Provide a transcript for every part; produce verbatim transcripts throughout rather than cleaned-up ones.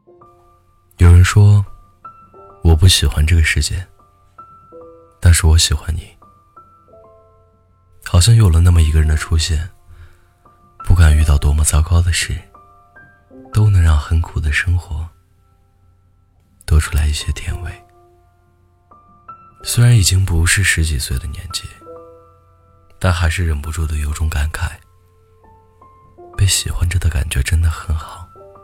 有人说我不喜欢这个世界，但是我喜欢你。好像有了那么一个人的出现，不管遇到多么糟糕的事，都能让很苦的生活多出来一些甜味。虽然已经不是十几岁的年纪，但还是忍不住的有种感慨，被喜欢着的感觉真的很好。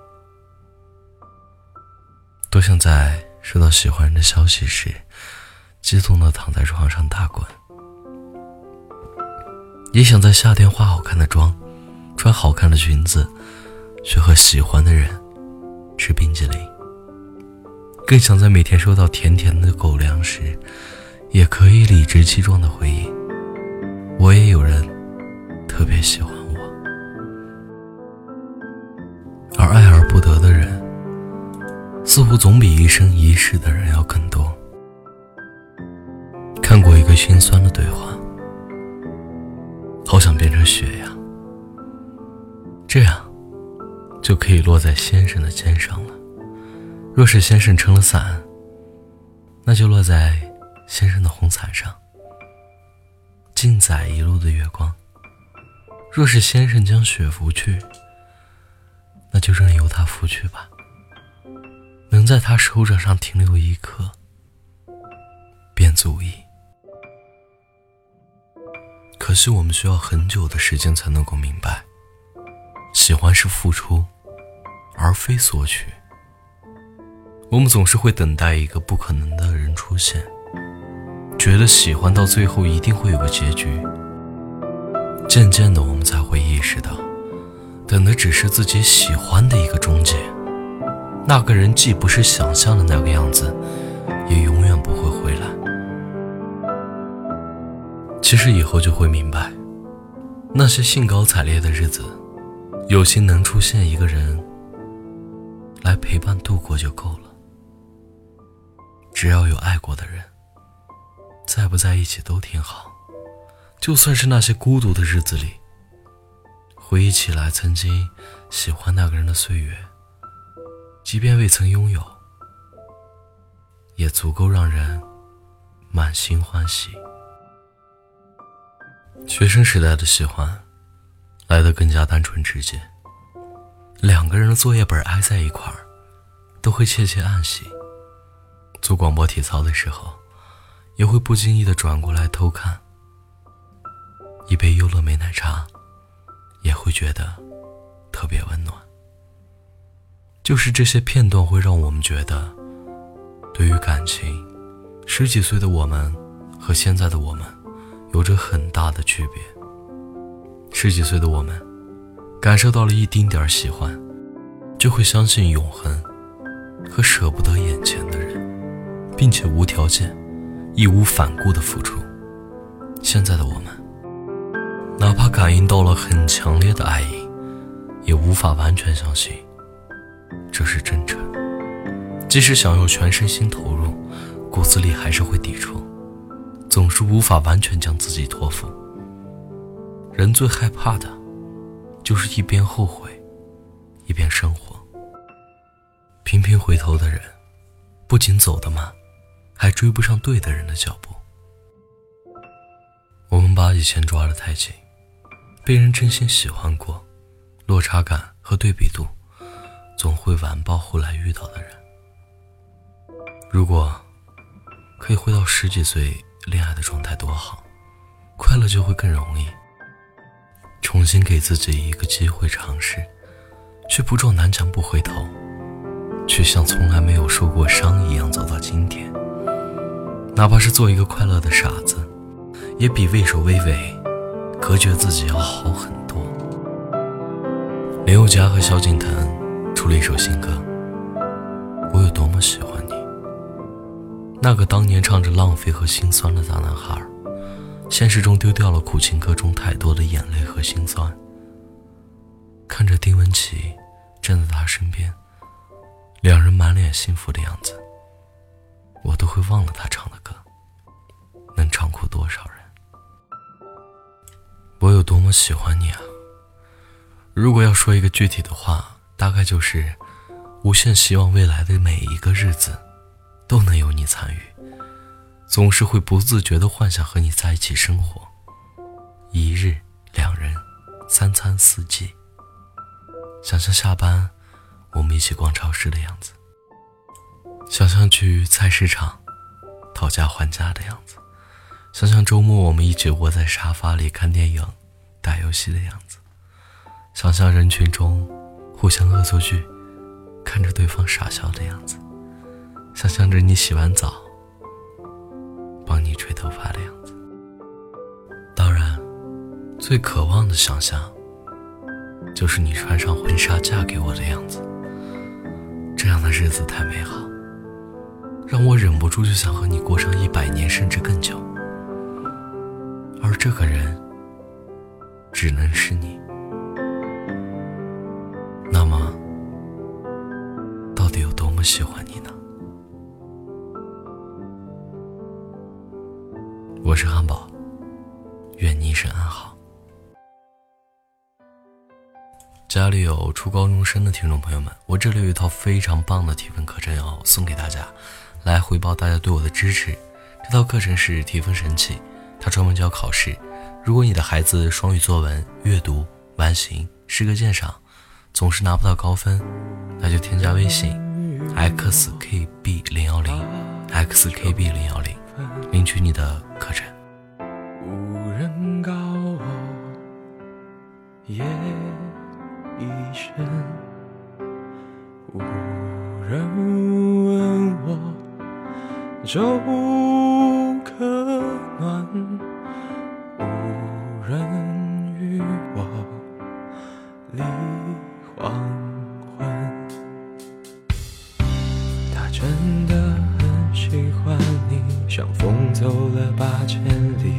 多想在收到喜欢人的消息时，激动地躺在床上打滚，也想在夏天化好看的妆，穿好看的裙子，去和喜欢的人吃冰激凌。更想在每天收到甜甜的狗粮时，也可以理直气壮地回应，我也有人特别喜欢我。而爱而不得的人，似乎总比一生一世的人要更多。看过一个心酸的对话，好想变成雪呀，这样就可以落在先生的肩上了。若是先生撑了伞，那就落在先生的红伞上，尽载一路的月光。若是先生将雪拂去，那就任由他拂去吧，能在他手掌上停留一刻，便足矣。可惜我们需要很久的时间才能够明白，喜欢是付出，而非索取。我们总是会等待一个不可能的人出现，觉得喜欢到最后一定会有个结局。渐渐的，我们才会意识到，等的只是自己喜欢的一个终结。那个人既不是想象的那个样子，也永远不会回来。其实以后就会明白，那些兴高采烈的日子，有心能出现一个人来陪伴度过就够了。只要有爱过的人，在不在一起都挺好。就算是那些孤独的日子里，回忆起来曾经喜欢那个人的岁月，即便未曾拥有，也足够让人满心欢喜。学生时代的喜欢来得更加单纯直接，两个人的作业本挨在一块儿，都会窃窃暗喜。做广播体操的时候，也会不经意地转过来偷看。一杯优乐美奶茶，也会觉得特别温暖。就是这些片段会让我们觉得，对于感情，十几岁的我们和现在的我们有着很大的区别。十几岁的我们感受到了一丁点喜欢，就会相信永恒和舍不得眼前的人，并且无条件义无反顾地付出。现在的我们哪怕感应到了很强烈的爱意，也无法完全相信这是真诚。即使想要全身心投入，骨子里还是会抵触，总是无法完全将自己托付。人最害怕的就是一边后悔一边生活。频频回头的人，不仅走得慢，还追不上对的人的脚步。我们把以前抓得太紧，被人真心喜欢过，落差感和对比度总会完爆后来遇到的人。如果可以回到十几岁恋爱的状态多好，快乐就会更容易。重新给自己一个机会尝试，却不撞南墙不回头，却像从来没有受过伤一样走到今天。哪怕是做一个快乐的傻子，也比畏首畏尾隔绝自己要好很多。林宥嘉和萧敬腾出了一首新歌，我有多么喜欢你。那个当年唱着浪费和心酸的大男孩，现实中丢掉了苦情歌中太多的眼泪和心酸。看着丁文琪站在他身边，两人满脸幸福的样子，我都会忘了他唱的歌能唱哭多少人。我有多么喜欢你啊！如果要说一个具体的话，大概就是无限希望未来的每一个日子都能有你参与，总是会不自觉地幻想和你在一起生活，一日两人，三餐四季。想象下班我们一起逛超市的样子，想象去菜市场讨价还价的样子，想象周末我们一起窝在沙发里看电影打游戏的样子，想象人群中互相恶作剧看着对方傻笑的样子，想象着你洗完澡帮你吹头发的样子。当然最渴望的想象就是你穿上婚纱嫁给我的样子，这样的日子太美好，让我忍不住就想和你过上一百年甚至更久，而这个人只能是你。那么到底有多么喜欢你呢？我是汉堡，愿你一生安好。家里有初高中生的听众朋友们，我这里有一套非常棒的提分课程要送给大家，来回报大家对我的支持。这套课程是提分神器，它专门教考试。如果你的孩子双语作文、阅读、完形、诗歌鉴赏总是拿不到高分，那就添加微信 X K B 零一零 X K B 零一零 领取你的课程。 无人告我夜已深，无人问我粥可暖，无人与我立黄昏。他真的很喜欢你，像风走了八千里。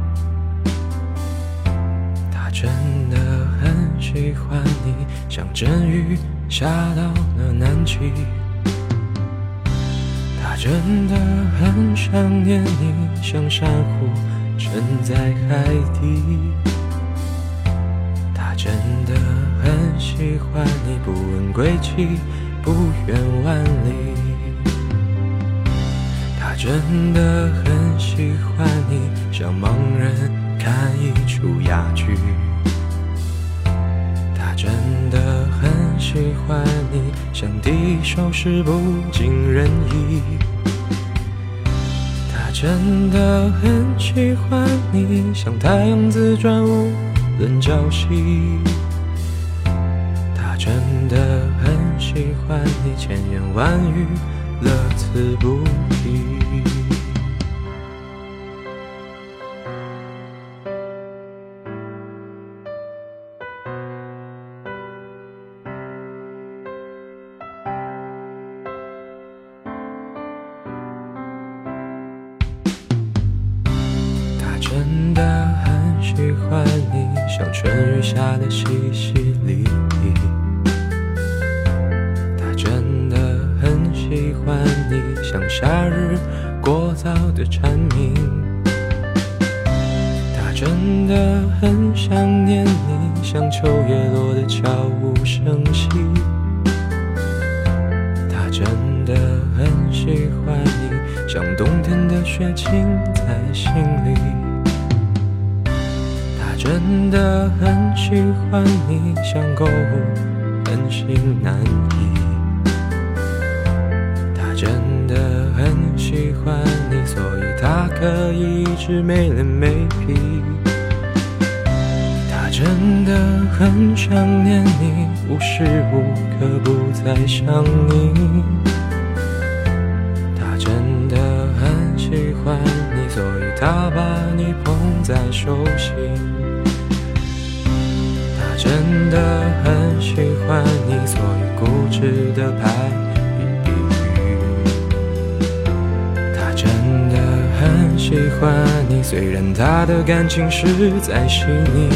他真的很喜欢你，像阵雨下到了南极。他真的很想念你，像珊瑚沉在海底。他真的很喜欢你，不问归期，不远万里。他真的很喜欢你，像盲人看一出哑剧。他真的很喜欢你，像敌手时不尽人意。他真的很喜欢你，像太阳自转无人交息。他真的很喜欢你，千言万语乐此不疲。真的很喜欢你，像春雨下的淅淅沥沥。他真的很喜欢你，像夏日过早的蝉鸣。他真的很想念你，像秋叶落的悄无声息。他真的很喜欢你，像冬天的雪浸在心里。他真的很喜欢你，像购物很心难移。他真的很喜欢你，所以他可以一直没脸没皮。他真的很想念你，无时无刻不在想你。他真的很喜欢你，所以他把你捧在手心。他真的很喜欢你，所以固执的拍一笔语。他真的很喜欢你，虽然他的感情实在细腻。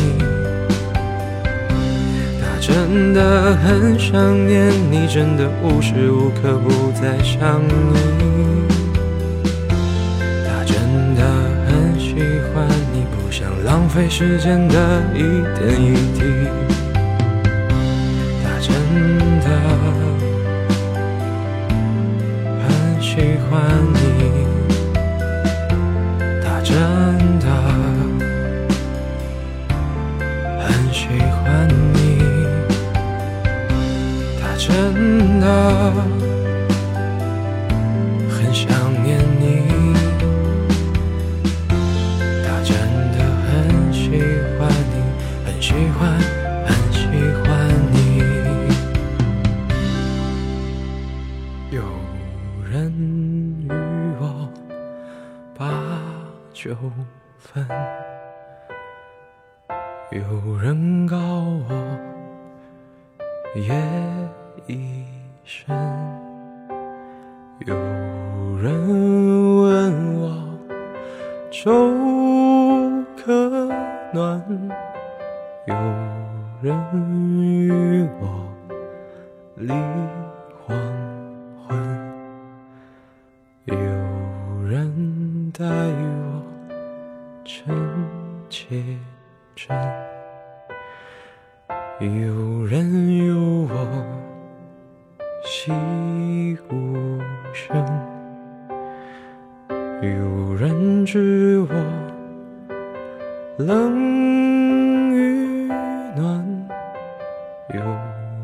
他真的很想念你，真的无时无刻不在想你。他真的很喜欢你，不想浪费时间的一点一滴。他真的真的很想念你，他真的很喜欢你，很喜欢很喜欢你。有人与我把酒分，有人告我夜已深，有人问我粥可暖，有人与我立黄昏，有人待我真切真，有人有我习无声，有人知我冷与暖，有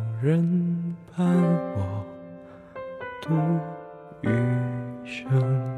人伴我度余生。